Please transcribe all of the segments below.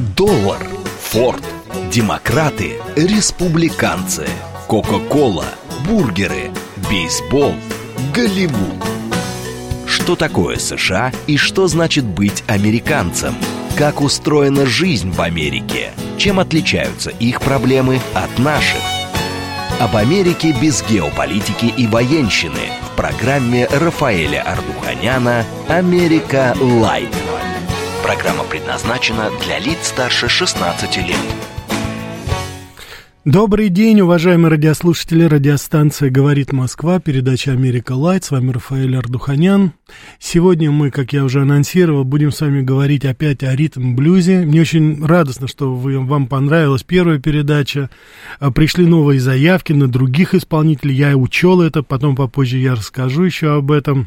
Доллар, Форд, демократы, республиканцы, Кока-кола, бургеры, бейсбол, Голливуд. Что такое США и что значит быть американцем? Как устроена жизнь в Америке? Чем отличаются их проблемы от наших? Об Америке без геополитики и военщины в программе Рафаэля Ардуханяна «Америка Лайт». Программа предназначена для лиц старше 16 лет. Добрый день, уважаемые радиослушатели. Радиостанция «Говорит Москва», передача «Америка Лайт». С вами Рафаэль Ардуханян. Сегодня мы, как я уже анонсировал, будем с вами говорить опять о ритм-блюзе. Мне очень радостно, что вам понравилась первая передача. Пришли новые заявки на других исполнителей. Я учел это, потом попозже я расскажу еще об этом.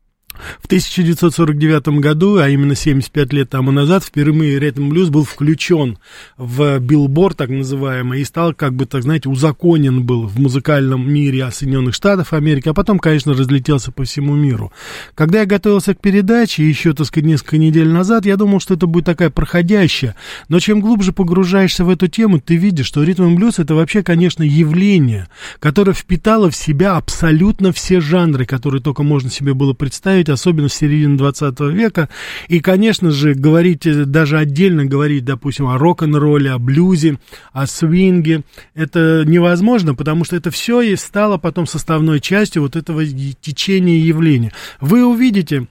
В 1949 году, а именно 75 лет тому назад, впервые ритм-блюз был включен в Billboard, так называемый, и стал, как бы, так знаете, узаконен был в музыкальном мире Соединенных Штатов Америки, а потом, конечно, разлетелся по всему миру. Когда я готовился к передаче, еще, так сказать, несколько недель назад, я думал, что это будет такая проходящая, но чем глубже погружаешься в эту тему, ты видишь, что ритм-блюз — это вообще, конечно, явление, которое впитало в себя абсолютно все жанры, которые только можно себе было представить, особенно с середины 20 века, и, конечно же, даже отдельно говорить, допустим, о рок-н-ролле, о блюзе, о свинге, это невозможно, потому что это все и стало потом составной частью вот этого течения явления. Вы увидите,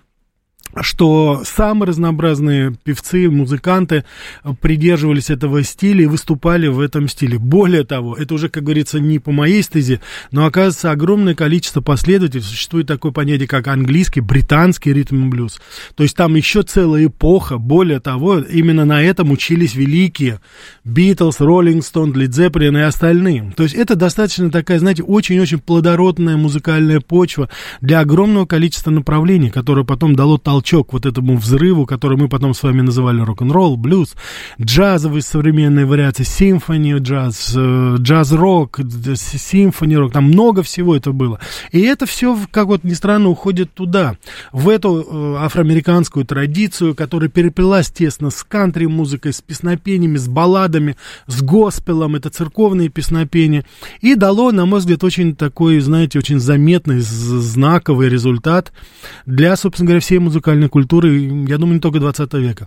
что самые разнообразные певцы, музыканты придерживались этого стиля и выступали в этом стиле. Более того, это уже, как говорится, не по моей стезе, но, оказывается, огромное количество последователей. Существует такое понятие, как английский, британский ритм-блюз. То есть там еще целая эпоха. Более того, именно на этом учились великие Битлз, Роллинг Стоун, Лед Зеппелин и остальные. То есть это достаточно такая, знаете, очень-очень плодородная музыкальная почва для огромного количества направлений, которое потом дало толчок к вот этому взрыву, который мы потом с вами называли рок-н-ролл, блюз, джазовые современные вариации, симфони джаз, джаз-рок, симфони-рок, там много всего это было. И это все, как вот ни странно, уходит туда, в эту афроамериканскую традицию, которая переплелась тесно с кантри-музыкой, с песнопениями, с балладами, с госпелом, это церковные песнопения, и дало, на мой взгляд, очень такой, знаете, очень заметный, знаковый результат для, собственно говоря, всей музыкальной культуры, я думаю, не только 20 века.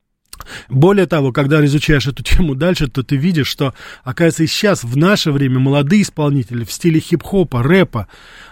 Более того, когда изучаешь эту тему дальше, то ты видишь, что, оказывается, и сейчас, в наше время, молодые исполнители в стиле хип-хопа, рэпа,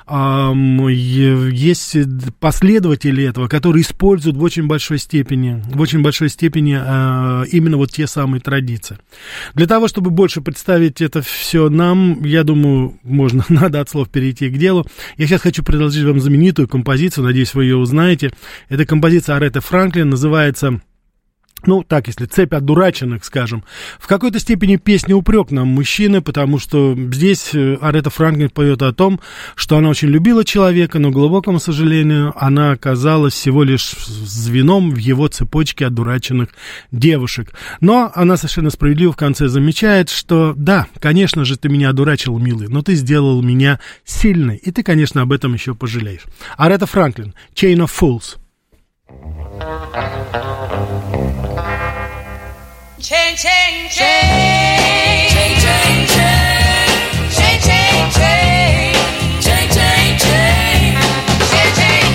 есть последователи этого, которые используют в очень большой степени именно вот те самые традиции. Для того, чтобы больше представить это все нам, я думаю, надо от слов перейти к делу. Я сейчас хочу предложить вам знаменитую композицию, надеюсь, вы ее узнаете. Это композиция Ареты Франклин, называется... Ну, так, если цепь одураченных, скажем. В какой-то степени песня упрек нам, мужчины, потому что здесь Арета Франклин поет о том, что она очень любила человека, но, к глубокому сожалению, она оказалась всего лишь звеном в его цепочке одураченных девушек. Но она совершенно справедливо в конце замечает, что да, конечно же, ты меня одурачил, милый, но ты сделал меня сильной, и ты, конечно, об этом еще пожалеешь. Арета Франклин, Chain of Fools. Chain, chain, chain, chain, chain, chain, chain, chain, chain, chain, chain, chain, chain,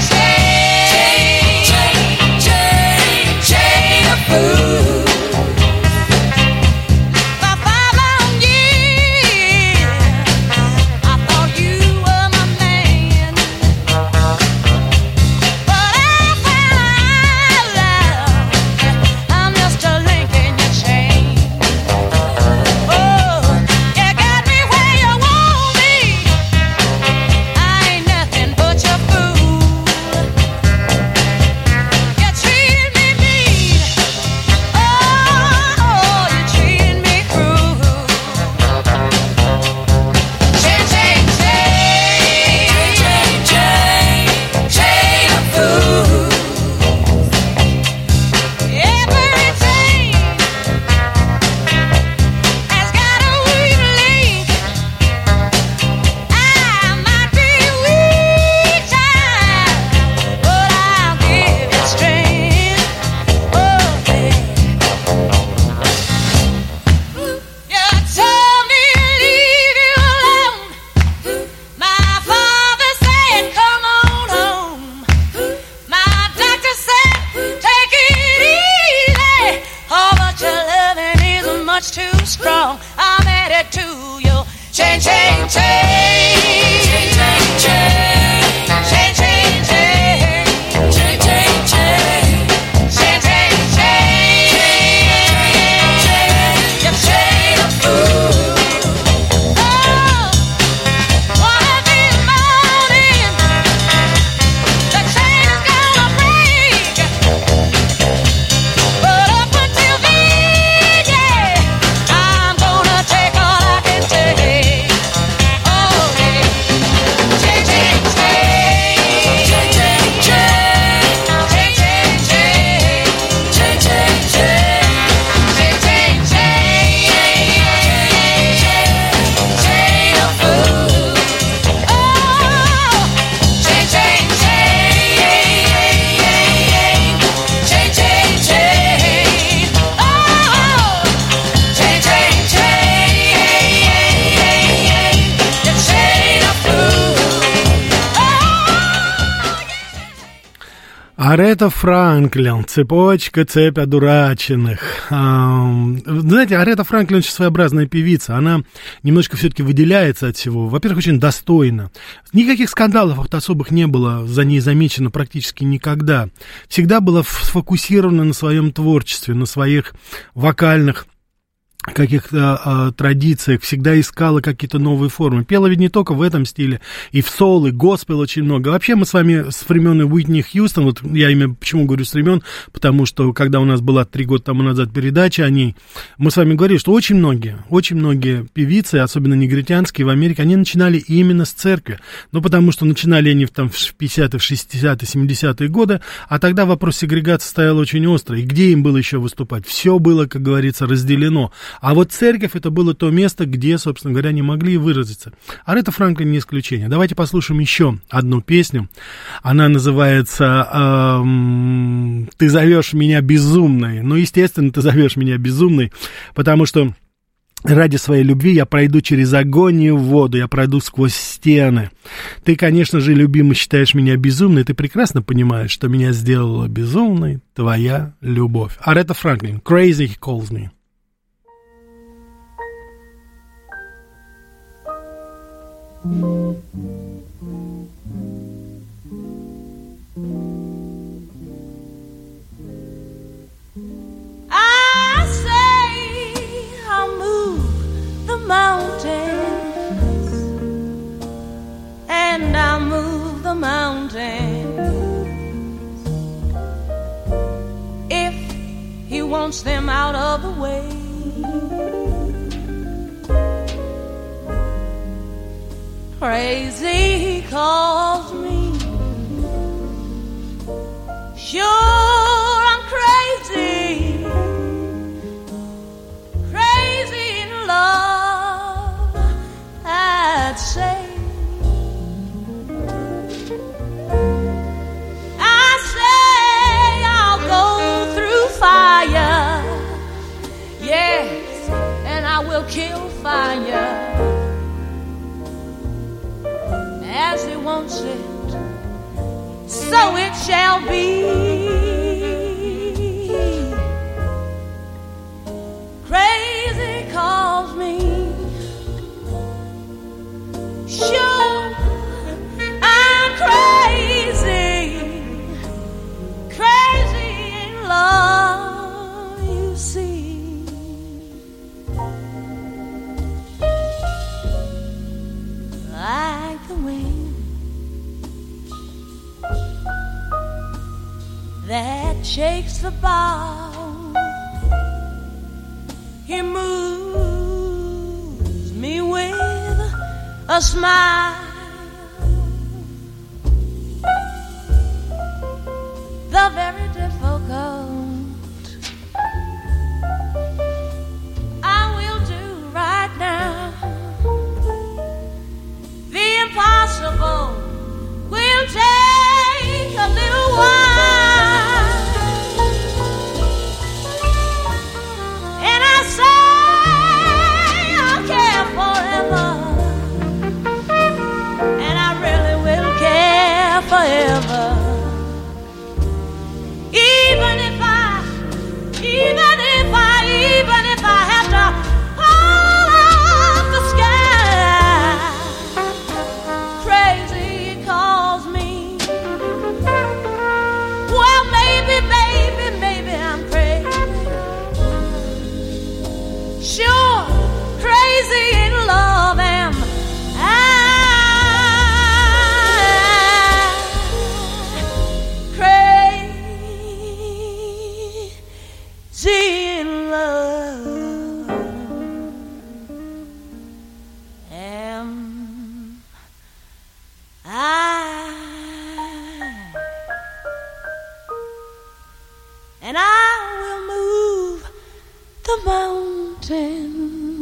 chain, chain, chain of fools. For 5 long years, I thought you were my man, but I found out I'm just a link in your chain. it's too strong. I'm headed to you. Change, change, change. Change, change, change. Change, change, change. Change, change, change. Change, change, change. You change a fool. Oh, one of these mornings, the chain is gonna break. But up until then, yeah, I'm gonna take all I can take. Oh, yeah. Change, change, change. Change, change, change. Change, change, change. Change, change, change. Change, change, change. Chain of food. Oh, change, change, change. Change, change, change. Oh, change, change, change. The chain of food. Арета Франклин, цепь одураченных. Знаете, Арета Франклин очень своеобразная певица. Она немножко все-таки выделяется от всего. Во-первых, очень достойна. Никаких скандалов вот особых не было за ней замечено практически никогда. Всегда была сфокусирована на своем творчестве, на своих вокальных каких-то традициях, всегда искала какие-то новые формы. Пела ведь не только в этом стиле, и в соул, и госпел очень много. Вообще мы с вами с времен Уитни Хьюстон, вот я именно почему говорю с времен, потому что когда у нас была 3 года тому назад передача о ней, мы с вами говорили, что очень многие певицы, особенно негритянские в Америке, они начинали именно с церкви. Ну, потому что начинали они там в 50-е, в 60-е, 70-е годы, а тогда вопрос сегрегации стоял очень остро. И где им было еще выступать? Все было, как говорится, разделено. А вот церковь — это было то место, где, собственно говоря, не могли выразиться. Арета Франклин не исключение. Давайте послушаем еще одну песню. Она называется «Ты зовешь меня безумной». Ну, естественно, ты зовешь меня безумной, потому что ради своей любви я пройду через огонь и воду, я пройду сквозь стены. Ты, конечно же, любимый, считаешь меня безумной, ты прекрасно понимаешь, что меня сделала безумной твоя любовь. Арета Франклин, «Crazy He Calls Me». I say I'll move the mountains, and I'll move the mountains if he wants them out of the way. Crazy he calls me. Sure, I'm crazy, crazy in love, I'd say. I say I'll go through fire, yes, and I will kill fire as he wants it, so it shall be. Crazy calls me. Sure, I'm crazy, crazy in love, you see. Like the wind that shakes the bough, he moves me with a smile. The very difficult I will do right now. The impossible will take a little while, and I say I'll care forever love. Am and I will move the mountains.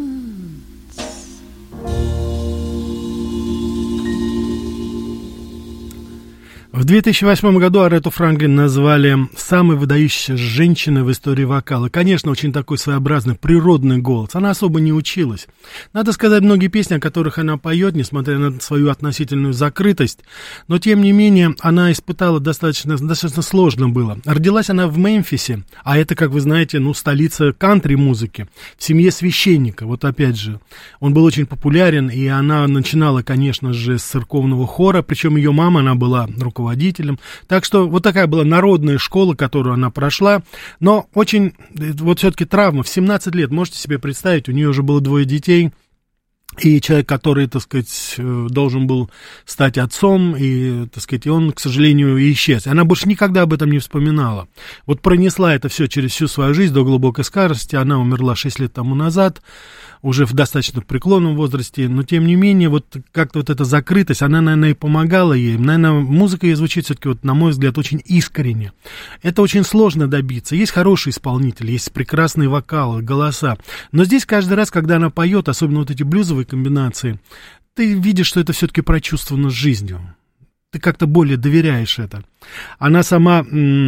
В 2008 году Аретту Франклин назвали самой выдающейся женщиной в истории вокала. Конечно, очень такой своеобразный, природный голос. Она особо не училась. Надо сказать, многие песни, о которых она поет, несмотря на свою относительную закрытость, но, тем не менее, она испытала достаточно сложно было. Родилась она в Мемфисе, а это, как вы знаете, столица кантри-музыки, в семье священника. Вот опять же, он был очень популярен, и она начинала, конечно же, с церковного хора, причем ее мама, она была руководителем. Так что вот такая была народная школа, которую она прошла, но очень, вот все-таки травма, в 17 лет, можете себе представить, у нее уже было 2 детей, и человек, который, так сказать, должен был стать отцом, и, так сказать, и он, к сожалению, исчез. Она больше никогда об этом не вспоминала. Вот пронесла это все через всю свою жизнь до глубокой старости, она умерла 6 лет тому назад, уже в достаточно преклонном возрасте, но, тем не менее, вот как-то вот эта закрытость, она, наверное, и помогала ей. Наверное, музыка ей звучит все-таки, вот, на мой взгляд, очень искренне. Это очень сложно добиться. Есть хорошие исполнители, есть прекрасные вокалы, голоса, но здесь каждый раз, когда она поет, особенно вот эти блюзовые комбинации, ты видишь, что это все-таки прочувствовано жизнью. Ты как-то более доверяешь это. Она сама...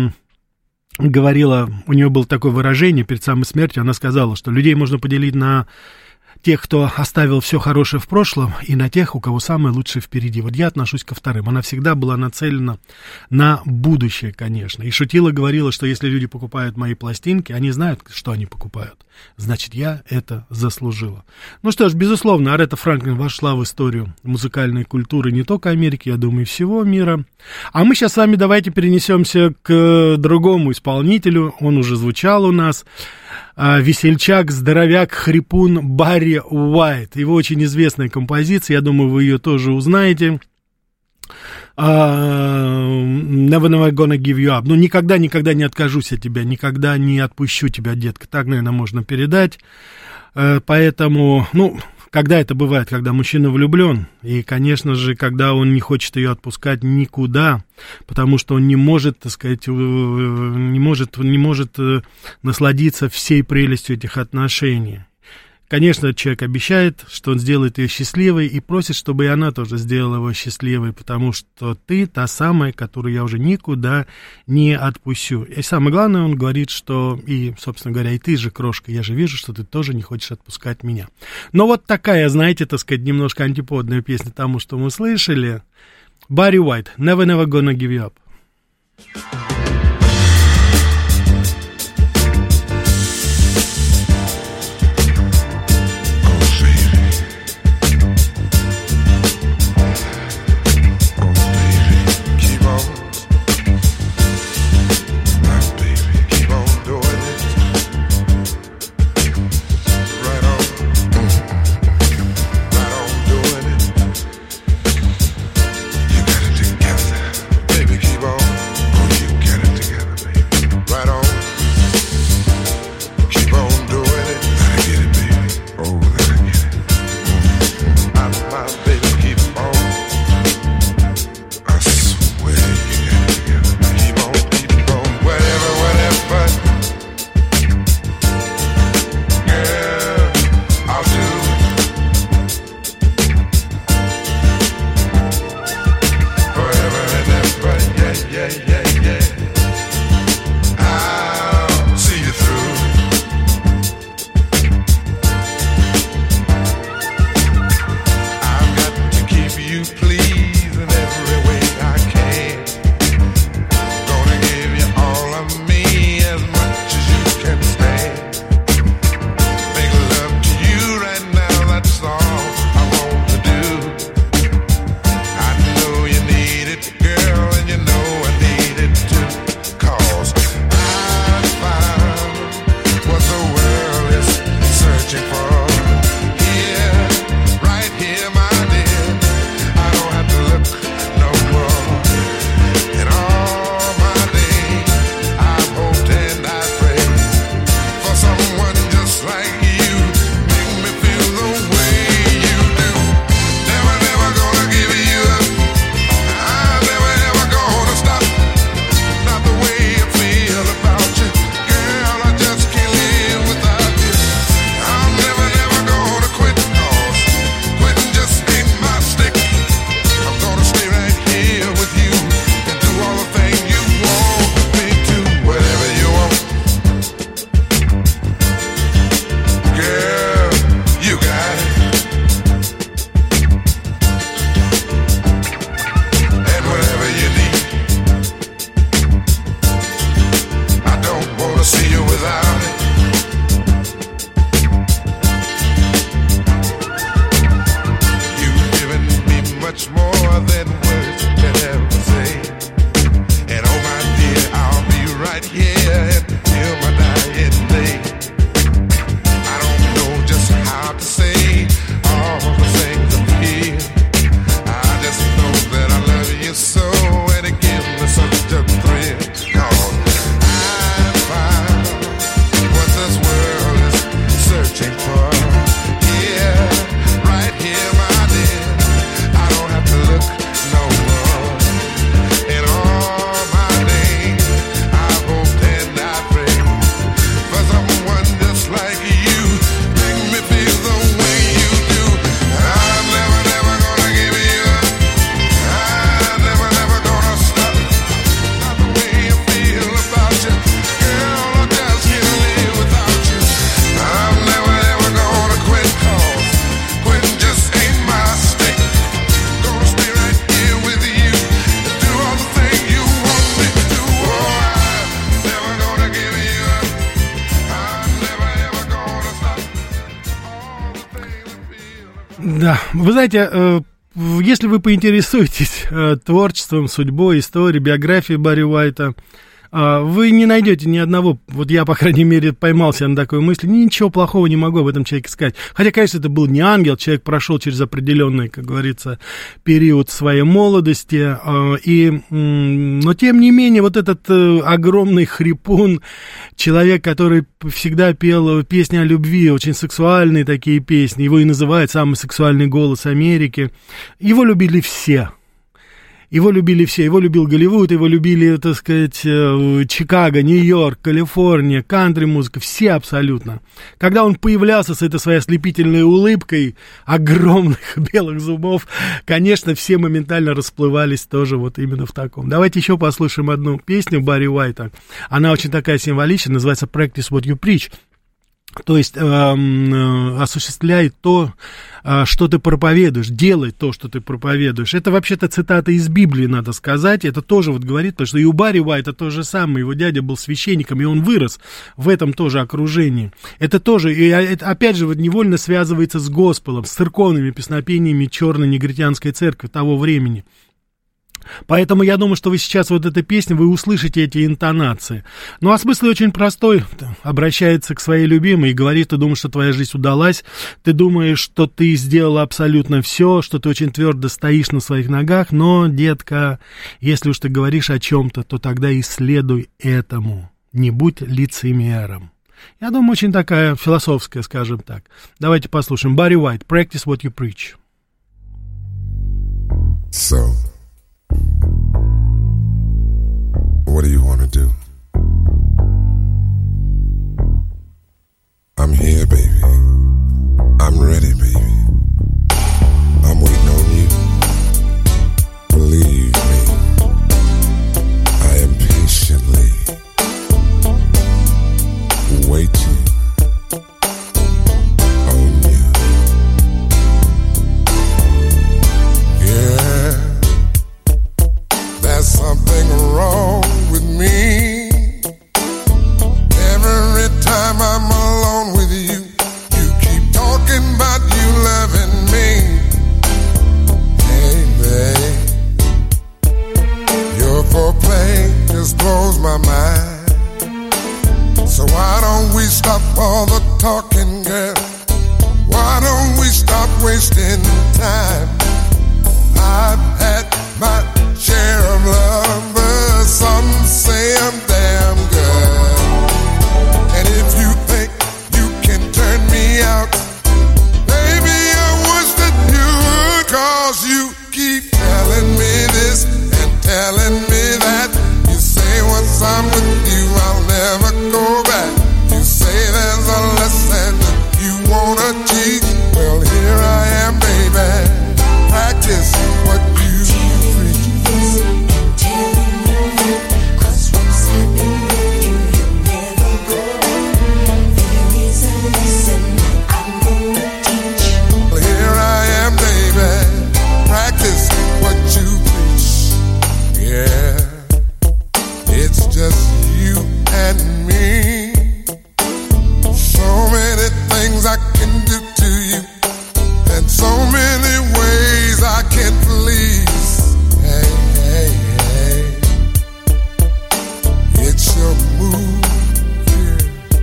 говорила, у нее было такое выражение перед самой смертью, она сказала, что людей можно поделить на тех, кто оставил все хорошее в прошлом, и на тех, у кого самое лучшее впереди. Вот я отношусь ко вторым. Она всегда была нацелена на будущее, конечно. И шутила, говорила, что если люди покупают мои пластинки, они знают, что они покупают. Значит, я это заслужила. Ну что ж, безусловно, Аретта Франклин вошла в историю музыкальной культуры не только Америки, я думаю, и всего мира. А мы сейчас с вами давайте перенесемся к другому исполнителю. Он уже звучал у нас. Весельчак, здоровяк, хрипун Барри Уайт. Его очень известная композиция, я думаю, вы ее тоже узнаете. Never gonna give you up. Ну, никогда не откажусь от тебя, никогда не отпущу тебя, детка. Так, наверное, можно передать. Поэтому, когда это бывает, когда мужчина влюблен, и, конечно же, когда он не хочет ее отпускать никуда, потому что он не может, так сказать, не может насладиться всей прелестью этих отношений. Конечно, человек обещает, что он сделает ее счастливой, и просит, чтобы и она тоже сделала его счастливой, потому что ты та самая, которую я уже никуда не отпущу. И самое главное, он говорит, что, и, собственно говоря, и ты же, крошка, я же вижу, что ты тоже не хочешь отпускать меня. Но вот такая, знаете, так сказать, немножко антиподная песня тому, что мы слышали. Барри Уайт, Never gonna give you up. You got it together, baby, keep on. Да, вы знаете, если вы поинтересуетесь творчеством, судьбой, историей, биографией Барри Уайта, вы не найдете ни одного, вот я, по крайней мере, поймался на такой мысли, ничего плохого не могу об этом человеке сказать. Хотя, конечно, это был не ангел, человек прошел через определенный, как говорится, период своей молодости, но, тем не менее, вот этот огромный хрипун, человек, который всегда пел песни о любви, очень сексуальные такие песни, его и называют самый сексуальный голос Америки, его любили все. Его любили все, его любил Голливуд, его любили, так сказать, Чикаго, Нью-Йорк, Калифорния, кантри-музыка, все абсолютно. Когда он появлялся с этой своей ослепительной улыбкой огромных белых зубов, конечно, все моментально расплывались тоже вот именно в таком. Давайте еще послушаем одну песню Барри Уайта. Она очень такая символичная, называется «Practice what you preach». То есть осуществляй то, что ты проповедуешь, делай то, что ты проповедуешь. Это вообще-то цитата из Библии, надо сказать. Это тоже вот говорит, потому что и у Барри Уайта то же самое. Его дядя был священником, и он вырос в этом тоже окружении. Это тоже, и это, опять же, вот невольно связывается с госпелом, с церковными песнопениями черной негритянской церкви того времени. Поэтому я думаю, что вы сейчас вот этой песне, вы услышите эти интонации. Ну, а смысл очень простой. Обращается к своей любимой и говорит: ты думаешь, что твоя жизнь удалась, ты думаешь, что ты сделала абсолютно все, что ты очень твердо стоишь на своих ногах, но, детка, если уж ты говоришь о чем-то, то тогда и следуй этому, не будь лицемером. Я думаю, очень такая философская, скажем так. Давайте послушаем. Барри Уайт, «Practice what you preach». So, what do you want to do? I'm here, baby. I'm ready, baby. I'm waiting on you. Believe me, I am patiently waiting on you. Yeah, there's something wrong with me. Every time I'm alone with you, you keep talking about you loving me. Hey, babe, your foreplay just blows my mind. So why don't we stop all the talking, girl? Why don't we stop wasting time? I've had my share of lovers, some say I'm damn good. And if you think you can turn me out, baby, I wish that you would, 'cause you keep telling me this and telling me that. You say once I'm with you, I'll never go back. You say there's a lesson that you wanna teach. Well, here I am, baby. Practice what you preach. Well, here I am, baby. Practice what you preach. Yeah, it's just you and me. So many things I can do to you, and so many ways I can please. Hey, hey, hey, it's your move here.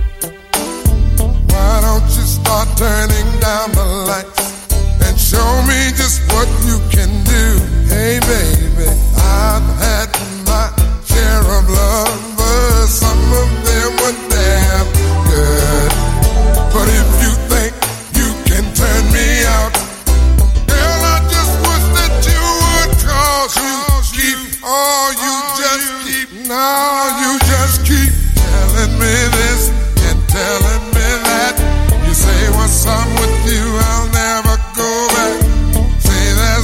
Why don't you start turning down the lights and show me just what you can do? Hey, baby, I've had my share of lovers. Some of them were damn good. But if you think you can turn me out, girl, I just wish that you would, 'cause you keep, oh, you just keep, no, you just keep telling me this and telling me that. You say once I'm with you, I'll never go back. Say there's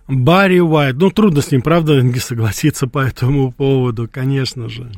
Барри Уайт. Ну, трудно с ним, правда, не согласиться по этому поводу. Конечно же.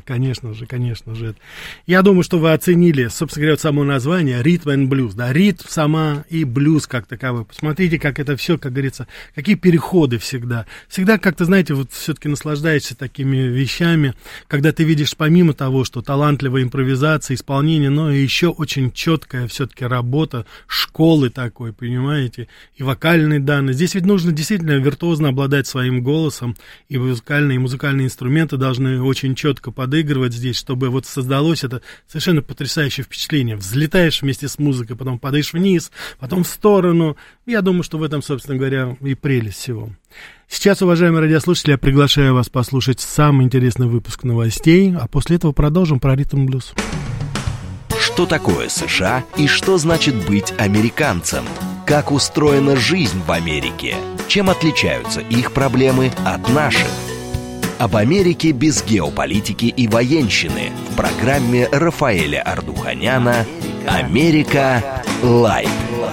Я думаю, что вы оценили, собственно говоря, само название «Rhythm and Blues». Да, ритм сама и блюз как таковой. Посмотрите, как это все, как говорится, какие переходы всегда. Всегда как-то, знаете, вот все-таки наслаждаешься такими вещами, когда ты видишь помимо того, что талантливая импровизация, исполнение, но и еще очень четкая все-таки работа школы такой, понимаете, и вокальные данные. Здесь ведь нужно действительно виртуозно обладать своим голосом, и музыкальные инструменты должны очень четко подыгрывать здесь, чтобы вот создалось это совершенно потрясающее впечатление. Взлетаешь вместе с музыкой, потом падаешь вниз, потом в сторону. Я думаю, что в этом, собственно говоря, и прелесть всего. Сейчас, уважаемые радиослушатели, я приглашаю вас послушать самый интересный выпуск новостей, а после этого продолжим про ритм-блюз. Что такое США и что значит быть американцем? Как устроена жизнь в Америке? Чем отличаются их проблемы от наших? Об Америке без геополитики и военщины в программе Рафаэля Ардуханяна «Америка Лайв».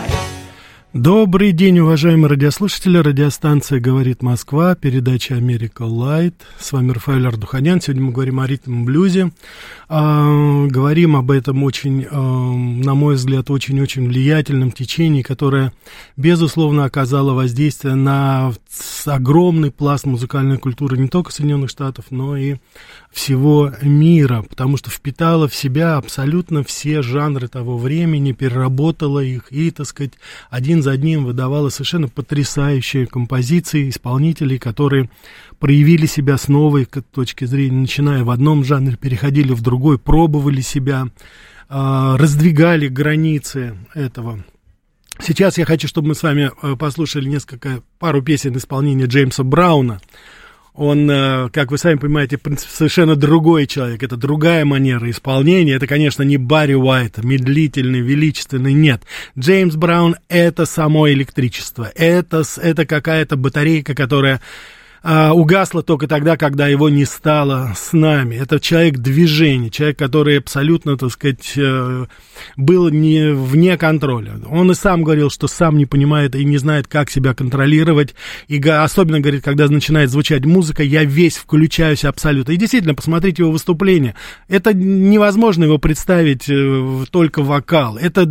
Добрый день, уважаемые радиослушатели. Радиостанция «Говорит Москва», передача «Америка Лайт». С вами Рафаэль Ардуханян. Сегодня мы говорим о ритм-блюзе. Говорим об этом очень, на мой взгляд, очень-очень влиятельном течении, которое, безусловно, оказало воздействие на огромный пласт музыкальной культуры не только Соединенных Штатов, но и всего мира, потому что впитала в себя абсолютно все жанры того времени, переработала их и, так сказать, один за одним выдавала совершенно потрясающие композиции исполнителей, которые проявили себя с новой точки зрения, начиная в одном жанре, переходили в другой, пробовали себя, раздвигали границы этого. Сейчас я хочу, чтобы мы с вами послушали пару песен исполнения Джеймса Брауна. Он, как вы сами понимаете, совершенно другой человек, это другая манера исполнения, это, конечно, не Барри Уайт, медлительный, величественный, нет. Джеймс Браун — это само электричество, это какая-то батарейка, которая угасла только тогда, когда его не стало с нами. Это человек движения, человек, который абсолютно, так сказать, был вне контроля. Он и сам говорил, что сам не понимает и не знает, как себя контролировать. И особенно, говорит, когда начинает звучать музыка, я весь включаюсь абсолютно. И действительно, посмотрите его выступление. Это невозможно его представить только вокал. Это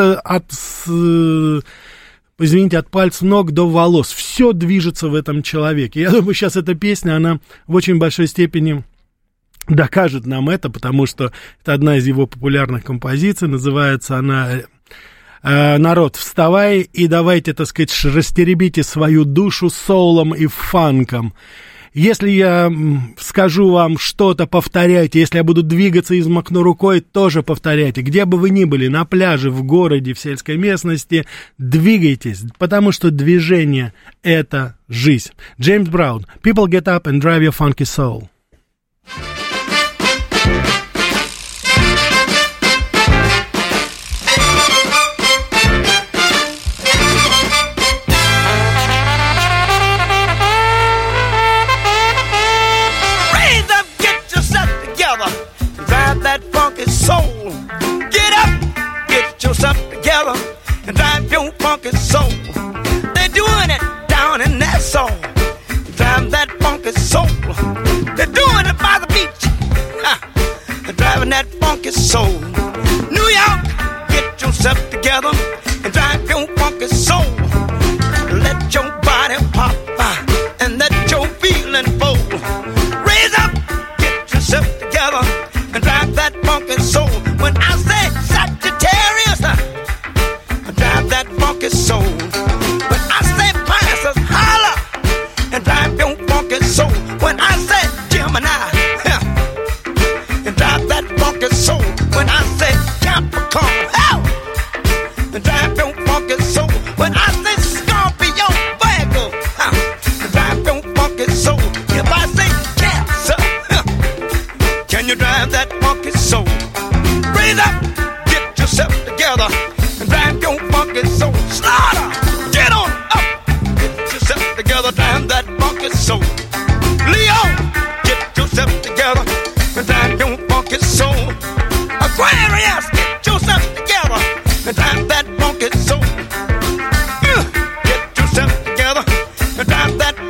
от пальцев ног до волос. Все движется в этом человеке. Я думаю, сейчас эта песня, она в очень большой степени докажет нам это, потому что это одна из его популярных композиций. Называется она «Народ, вставай и давайте, так сказать, растеребите свою душу соулом и фанком». Если я скажу вам что-то, повторяйте. Если я буду двигаться и взмахну рукой, тоже повторяйте. Где бы вы ни были, на пляже, в городе, в сельской местности, двигайтесь, потому что движение — это жизнь. Джеймс Браун. People get up and drive your funky soul. Soul. Get up, get yourself together, and drive your funky soul. They're doing it down in that soul. Drive that funky soul. They're doing it by the beach. Driving that funky soul. New York, get yourself together and drive your funky soul. Let your body pop and let your feeling flow. Raise up, get yourself together and drive that funky soul. When I say Sagittarius, drive that funky soul. When I say Pisces, holla and drive your funky soul. When I say Gemini, drive that funky soul. When I say Capricorn, drive your funky soul. When I say Scorpio, Virgo, drive your funky soul. If I say Cancer, can you drive that funky soul? Raise up, get yourself together, and drive your funky soul. Slaughter, get on up, get yourself together, drive that funky soul. Leo, get yourself together, and drive your funky soul. Aquarius, get yourself together, and drive that funky soul. Get yourself together, and drive that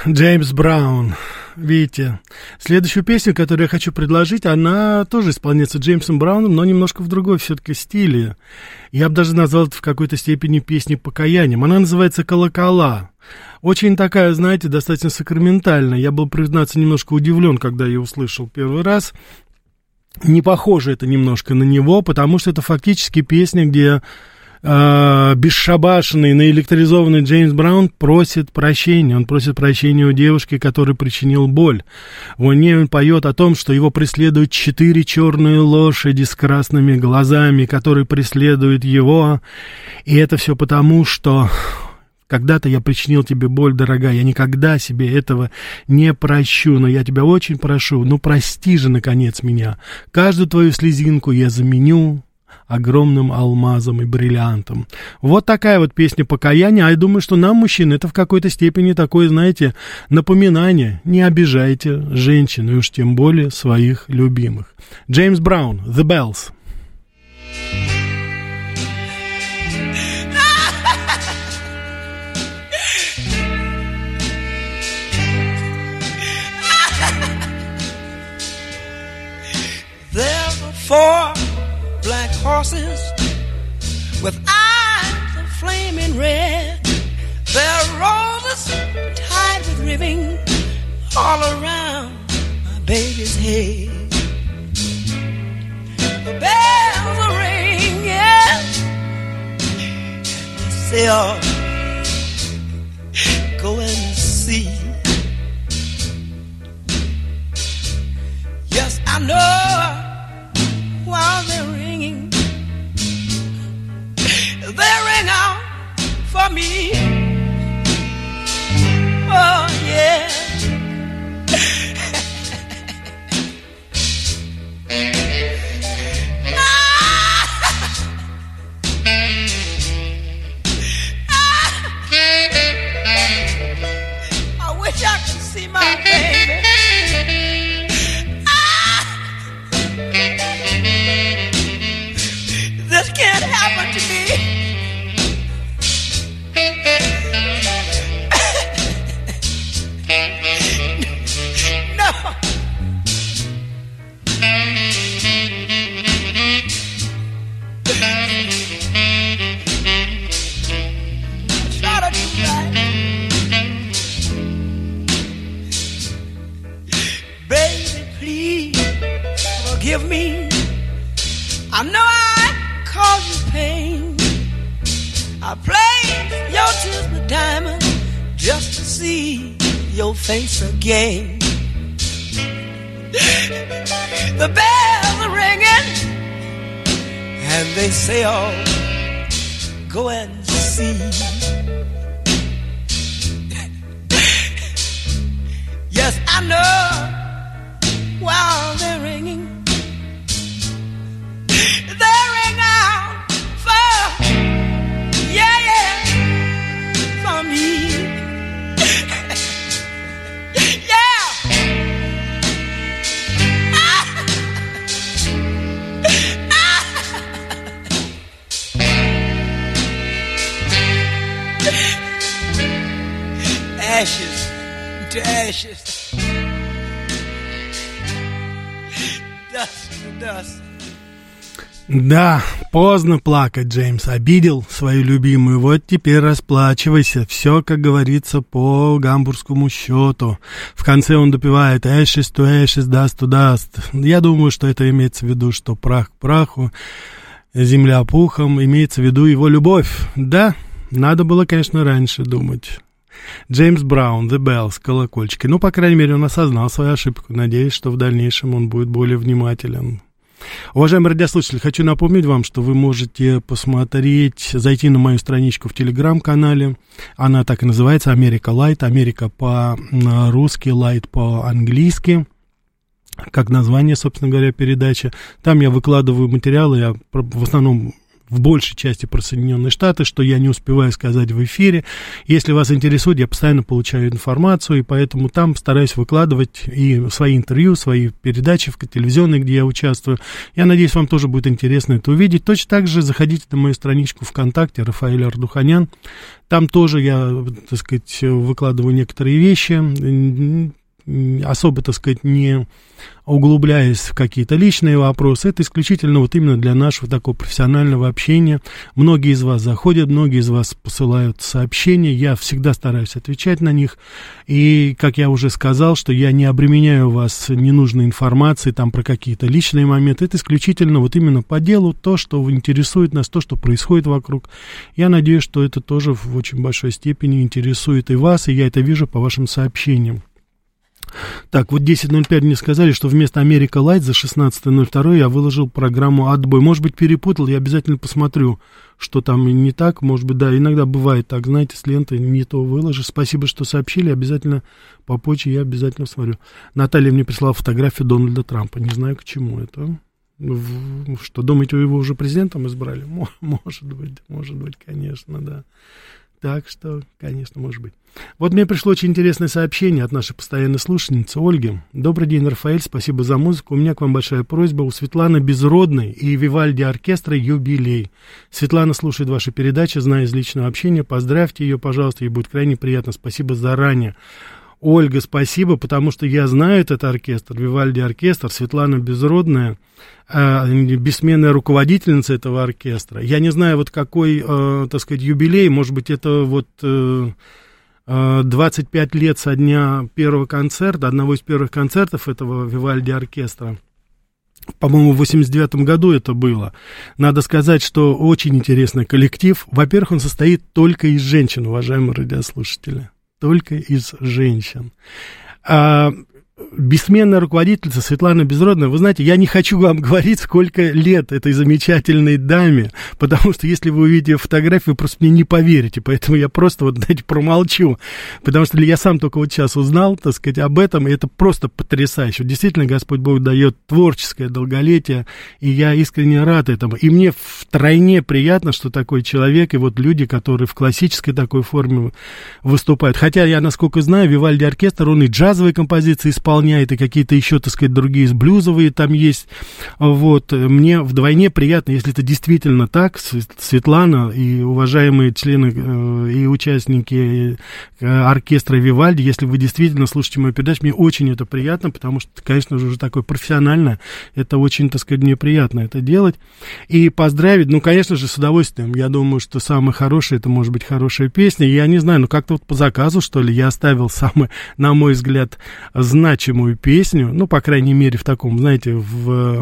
Джеймс Браун. Видите, следующую песню, которую я хочу предложить, она тоже исполняется Джеймсом Брауном, но немножко в другой все-таки стиле. Я бы даже назвал это в какой-то степени песней покаянием. Она называется «Колокола». Очень такая, знаете, достаточно сакраментальная. Я был, признаться, немножко удивлен, когда я услышал первый раз. Не похоже это немножко на него, потому что это фактически песня, где бесшабашенный, наэлектризованный Джеймс Браун просит прощения. Он просит прощения у девушки, которой причинил боль. В ней он поет о том, что его преследуют 4 черные лошади с красными глазами, которые преследуют его. И это все потому, что когда-то я причинил тебе боль, дорогая, я никогда себе этого не прощу, но я тебя очень прошу, ну прости же, наконец, меня. Каждую твою слезинку я заменю огромным алмазом и бриллиантом. Вот такая вот песня покаяния. А я думаю, что нам, мужчин, это в какой-то степени такое, знаете, напоминание. Не обижайте женщин, и уж тем более своих любимых. Джеймс Браун, The Bells. There were 4 black horses with eyes of flaming red. Their roses tied with ribbon all around my baby's head. The bells are ringing. They say, oh, go and see. Yes, I know. While they're ringing, they ring out for me. Oh yeah. I wish I could see my baby. This can't happen to me. No. Try to do right. Baby, please forgive me. I know I caused you pain. I played your tears with diamonds just to see your face again. The bells are ringing and they say, oh, go and see. Yes, I know while they're ringing, they ring out for, yeah, for me. Yeah. Ashes to ashes. Dust to dust. Да, поздно плакать, Джеймс. Обидел свою любимую. Вот теперь расплачивайся. Все, как говорится, по гамбургскому счету. В конце он допевает ashes to ashes, dust to dust. Я думаю, что это имеется в виду, что прах к праху, земля пухом. Имеется в виду его любовь. Да, надо было, конечно, раньше думать. Джеймс Браун, The Bells, колокольчики. Ну, по крайней мере, он осознал свою ошибку. Надеюсь, что в дальнейшем он будет более внимателен. Уважаемые радиослушатели, хочу напомнить вам, что вы можете посмотреть, зайти на мою страничку в Телеграм-канале. Она так и называется «Америка Лайт». Америка по-русски, Лайт по-английски. Как название, собственно говоря, передачи. Там я выкладываю материалы, я в основном в большей части про Соединенные Штаты, что я не успеваю сказать в эфире. Если вас интересует, я постоянно получаю информацию, и поэтому там стараюсь выкладывать и свои интервью, свои передачи телевизионные, где я участвую. Я надеюсь, вам тоже будет интересно это увидеть. Точно так же заходите на мою страничку ВКонтакте Рафаэль Ардуханян. Там тоже я, так сказать, выкладываю некоторые вещи, особо, так сказать, не углубляясь в какие-то личные вопросы. Это исключительно вот именно для нашего такого профессионального общения. Многие из вас заходят, многие из вас посылают сообщения, я всегда стараюсь отвечать на них, и, как я уже сказал, что я не обременяю вас ненужной информацией там про какие-то личные моменты, это исключительно вот именно по делу, то, что интересует нас, то, что происходит вокруг. Я надеюсь, что это тоже в очень большой степени интересует и вас, и я это вижу по вашим сообщениям. Так, вот 10.05 мне сказали, что вместо Америка Лайт за 16.02 я выложил программу «Отбой». Может быть, перепутал, я обязательно посмотрю, что там не так. Может быть, да, иногда бывает так, знаете, с ленты не то выложишь. Спасибо, что сообщили, обязательно по почте я обязательно смотрю. Наталья мне прислала фотографию Дональда Трампа, не знаю, к чему это. Что, думаете, вы его уже президентом избрали? Может быть, конечно, да. Так что, конечно, может быть. Вот мне пришло очень интересное сообщение от нашей постоянной слушательницы Ольги. Добрый день, Рафаэль, спасибо за музыку. У меня к вам большая просьба. У Светланы Безродной и Вивальди оркестра юбилей. Светлана слушает ваши передачи, зная из личного общения. Поздравьте ее, пожалуйста, ей будет крайне приятно. Спасибо заранее. Ольга, спасибо, потому что я знаю этот оркестр, Вивальди оркестр, Светлана Безродная, бессменная руководительница этого оркестра. Я не знаю, вот какой, так сказать, юбилей, может быть, это вот 25 лет со дня первого концерта, одного из первых концертов этого Вивальди оркестра. По-моему, в 89 году это было. Надо сказать, что очень интересный коллектив. Во-первых, он состоит только из женщин, уважаемые радиослушатели. Только из женщин. Бессменная руководительница Светлана Безродная, вы знаете, я не хочу вам говорить, сколько лет этой замечательной даме, потому что если вы увидите фотографию, вы просто мне не поверите, поэтому я просто вот, знаете, промолчу, потому что я сам только вот сейчас узнал, так сказать, об этом, и это просто потрясающе. Действительно, Господь Бог дает творческое долголетие, и я искренне рад этому, и мне втройне приятно, что такой человек, и вот люди, которые в классической такой форме выступают, хотя я, насколько знаю, Вивальди оркестр, он и джазовые композиции исполняет, и какие-то еще, так сказать, другие блюзовые там есть. Вот. Мне вдвойне приятно, если это действительно так, Светлана и уважаемые члены и участники оркестра Вивальди, если вы действительно слушаете мою передачу, мне очень это приятно, потому что, конечно же, уже такое профессиональное, это очень, так сказать, мне приятно это делать. И поздравить, ну, конечно же, с удовольствием. Я думаю, что самое хорошее, это может быть хорошая песня. Я не знаю, ну, как-то вот по заказу, что ли, я оставил самую, на мой взгляд, значимую песню, ну, по крайней мере, в таком, знаете, в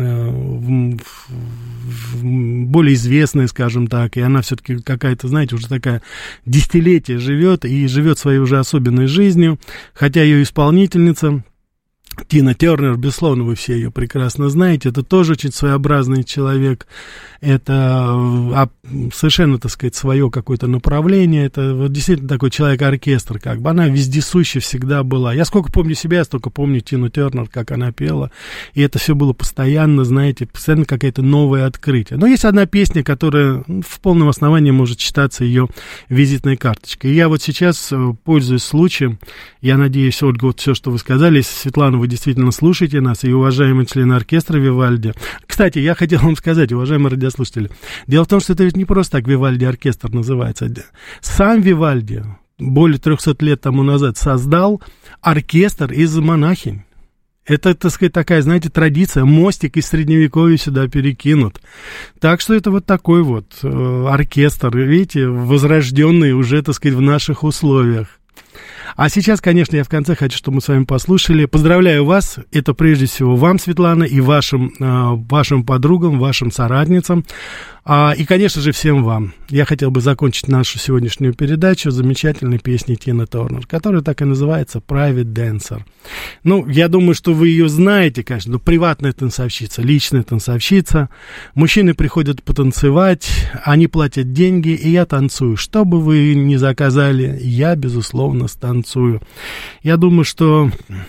более известная, скажем так, и она все-таки какая-то, знаете, уже такая десятилетие живет, и живет своей уже особенной жизнью, хотя ее исполнительница Тина Тернер, безусловно, вы все ее прекрасно знаете, это тоже очень своеобразный человек, это совершенно, так сказать, свое какое-то направление, это вот действительно такой человек-оркестр, как бы, она вездесуща всегда была. Я сколько помню себя, я столько помню Тину Тернер, как она пела, и это все было постоянно, знаете, постоянно какое-то новое открытие. Но есть одна песня, которая в полном основании может считаться ее визитной карточкой. И я вот сейчас, пользуясь случаем, я надеюсь, Ольга, вот все, что вы сказали, Светлана, вы действительно слушаете нас, и уважаемые члены оркестра Вивальди. Кстати, я хотел вам сказать, уважаемые радиослушатели, дело в том, что это ведь не просто так Вивальди оркестр называется. Сам Вивальди более 300 лет тому назад создал оркестр из монахинь. Это, так сказать, такая, знаете, традиция, мостик из Средневековья сюда перекинут. Так что это вот такой вот оркестр, видите, возрожденный уже, так сказать, в наших условиях. А сейчас, конечно, я в конце хочу, чтобы мы с вами послушали. Поздравляю вас, это прежде всего вам, Светлана, и вашим подругам, вашим соратницам. И, конечно же, всем вам. Я хотел бы закончить нашу сегодняшнюю передачу замечательной песней Тины Тернер, которая так и называется «Private Dancer». Ну, я думаю, что вы ее знаете, конечно, но приватная танцовщица, личная танцовщица. Мужчины приходят потанцевать, они платят деньги, и я танцую. Что бы вы ни заказали, я, безусловно, станцую. Я думаю, что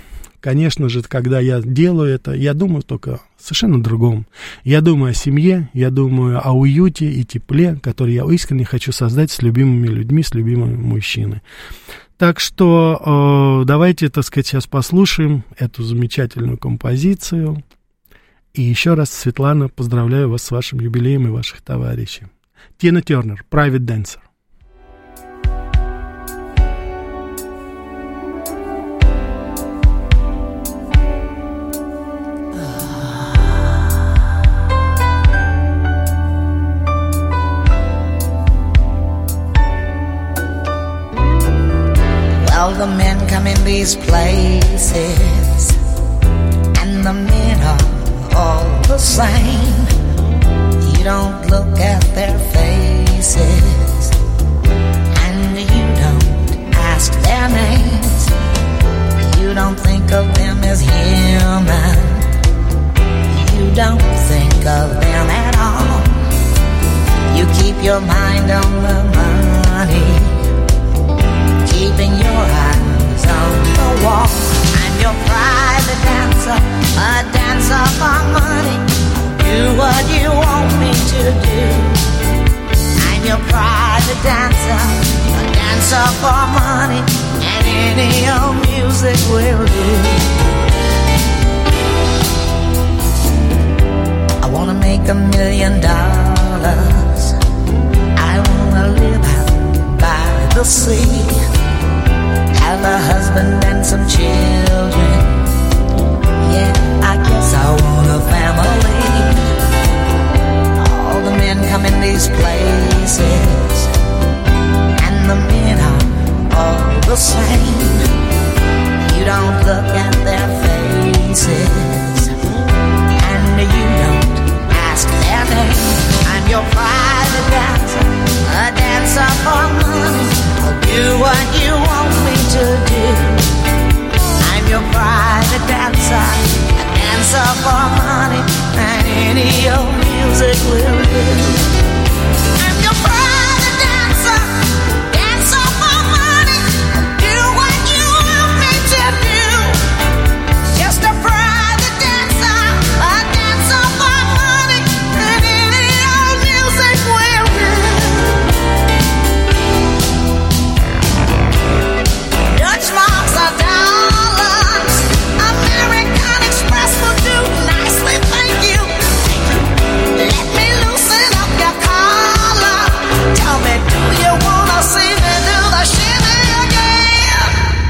конечно же, когда я делаю это, я думаю только совершенно другом. Я думаю о семье, я думаю о уюте и тепле, который я искренне хочу создать с любимыми людьми, с любимыми мужчиной. Так что давайте, так сказать, сейчас послушаем эту замечательную композицию. И еще раз, Светлана, поздравляю вас с вашим юбилеем и ваших товарищей. Тина Тернер, Private Dancer. Well, the men come in these places, and the men are all the same. You don't look at their faces, and you don't ask their names. You don't think of them as human. You don't think of them at all. You keep your mind on the money, keeping your eyes on the wall. I'm your private dancer, a dancer for money. Do what you want me to do. I'm your private dancer, a dancer for money, and any old music will do. I wanna make $1 million. I wanna live out by the sea, have a husband and some children. Yeah, I guess I want a family. All the men come in these places, and the men are all the same. You don't look at their faces, and you don't ask their name. I'm your private dancer, a dancer for money. I'll do what you want me to do. I'm your private dancer, a dancer for money, and any old music will do. I'm your private dancer, dancer for money. I'll do what you want me to do. Just a private dancer, a dancer for money, and any old music will do. Dutch marks are dollars, American Express will do nicely, thank you. Let me loosen up your collar. Tell me, do you wanna see me do the shimmy again?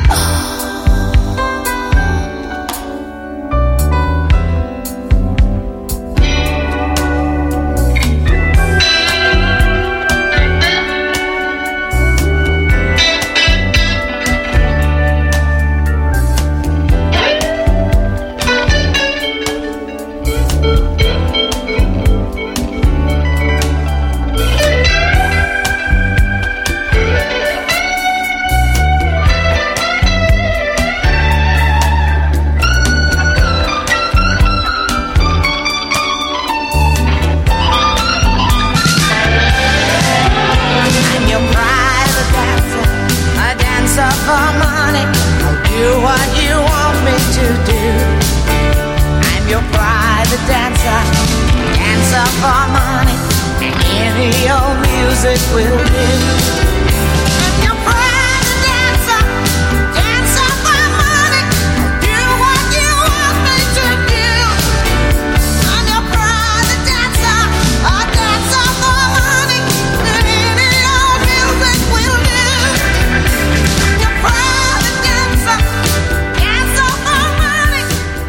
I'm your private dancer, a dancer for money. I'll do what you want me to do. I'm your private dancer, dancer for money, and any old music will do. I'm your private dancer, dancer for money. I'll do what you want me to do. I'm your private dancer, a dancer for money, and any old music will do. I'm your private dancer, dancer for money.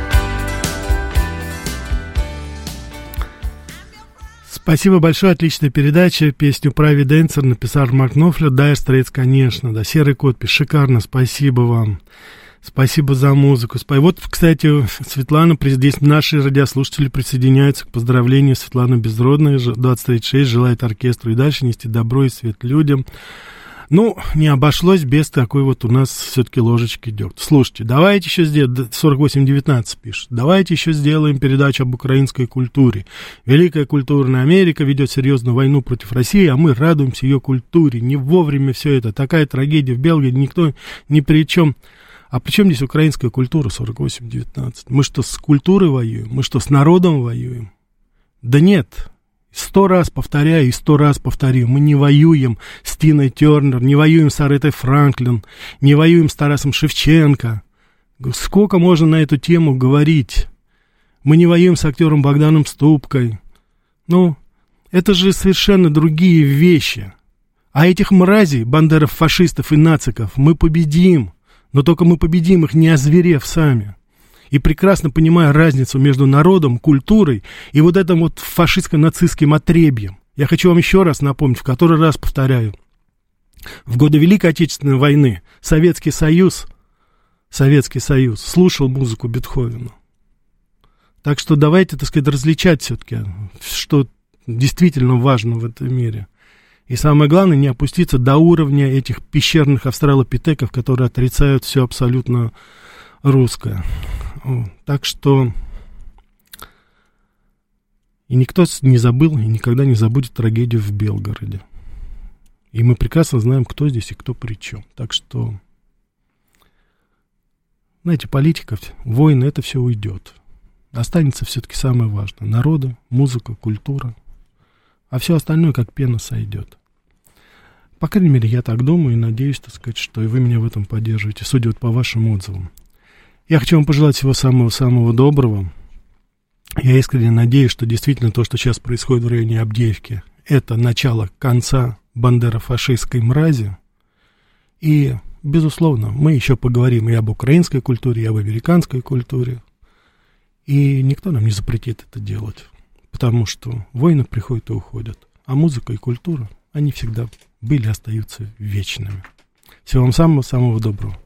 Спасибо большое, отличная передача. Песню «Private Dancer» написал Марк Knopfler, Dire Straits, конечно, да, «Серый кот», шикарно, спасибо вам. Спасибо за музыку. Вот, кстати, Светлана, здесь наши радиослушатели присоединяются к поздравлению. Светлана Безродная, 2036, желает оркестру и дальше нести добро и свет людям. Ну, не обошлось без такой вот у нас все-таки ложечки дегтя. Слушайте, давайте еще сделаем, 4819 пишет, давайте еще сделаем передачу об украинской культуре. Великая культурная Америка ведет серьезную войну против России, а мы радуемся ее культуре. Не вовремя все это, такая трагедия в Белгороде, никто ни при чем. А при чем здесь украинская культура 48-19? Мы что, с культурой воюем? Мы что, с народом воюем? Да нет. 100 раз повторяю и 100 раз повторю. Мы не воюем с Тиной Тернер, не воюем с Аретой Франклин, не воюем с Тарасом Шевченко. Сколько можно на эту тему говорить? Мы не воюем с актером Богданом Ступкой. Ну, это же совершенно другие вещи. А этих мразей, бандеров, фашистов и нациков, мы победим. Но только мы победим их, не озверев сами. И прекрасно понимая разницу между народом, культурой и вот этим вот фашистско-нацистским отребьем. Я хочу вам еще раз напомнить, в который раз повторяю. В годы Великой Отечественной войны Советский Союз слушал музыку Бетховена. Так что давайте, так сказать, различать все-таки, что действительно важно в этом мире. И самое главное, не опуститься до уровня этих пещерных австралопитеков, которые отрицают все абсолютно русское. Так что и никто не забыл и никогда не забудет трагедию в Белгороде. И мы прекрасно знаем, кто здесь и кто при чем. Так что, знаете, политика, войны, это все уйдет. Останется все-таки самое важное. Народы, музыка, культура. А все остальное как пена сойдет. По крайней мере, я так думаю и надеюсь, так сказать, что и вы меня в этом поддерживаете, судя вот по вашим отзывам. Я хочу вам пожелать всего самого-самого доброго. Я искренне надеюсь, что действительно то, что сейчас происходит в районе Авдеевки, это начало конца бандеро-фашистской мрази. И, безусловно, мы еще поговорим и об украинской культуре, и об американской культуре. И никто нам не запретит это делать. Потому что войны приходят и уходят. А музыка и культура, они всегда были и остаются вечными. Всего вам самого-самого доброго.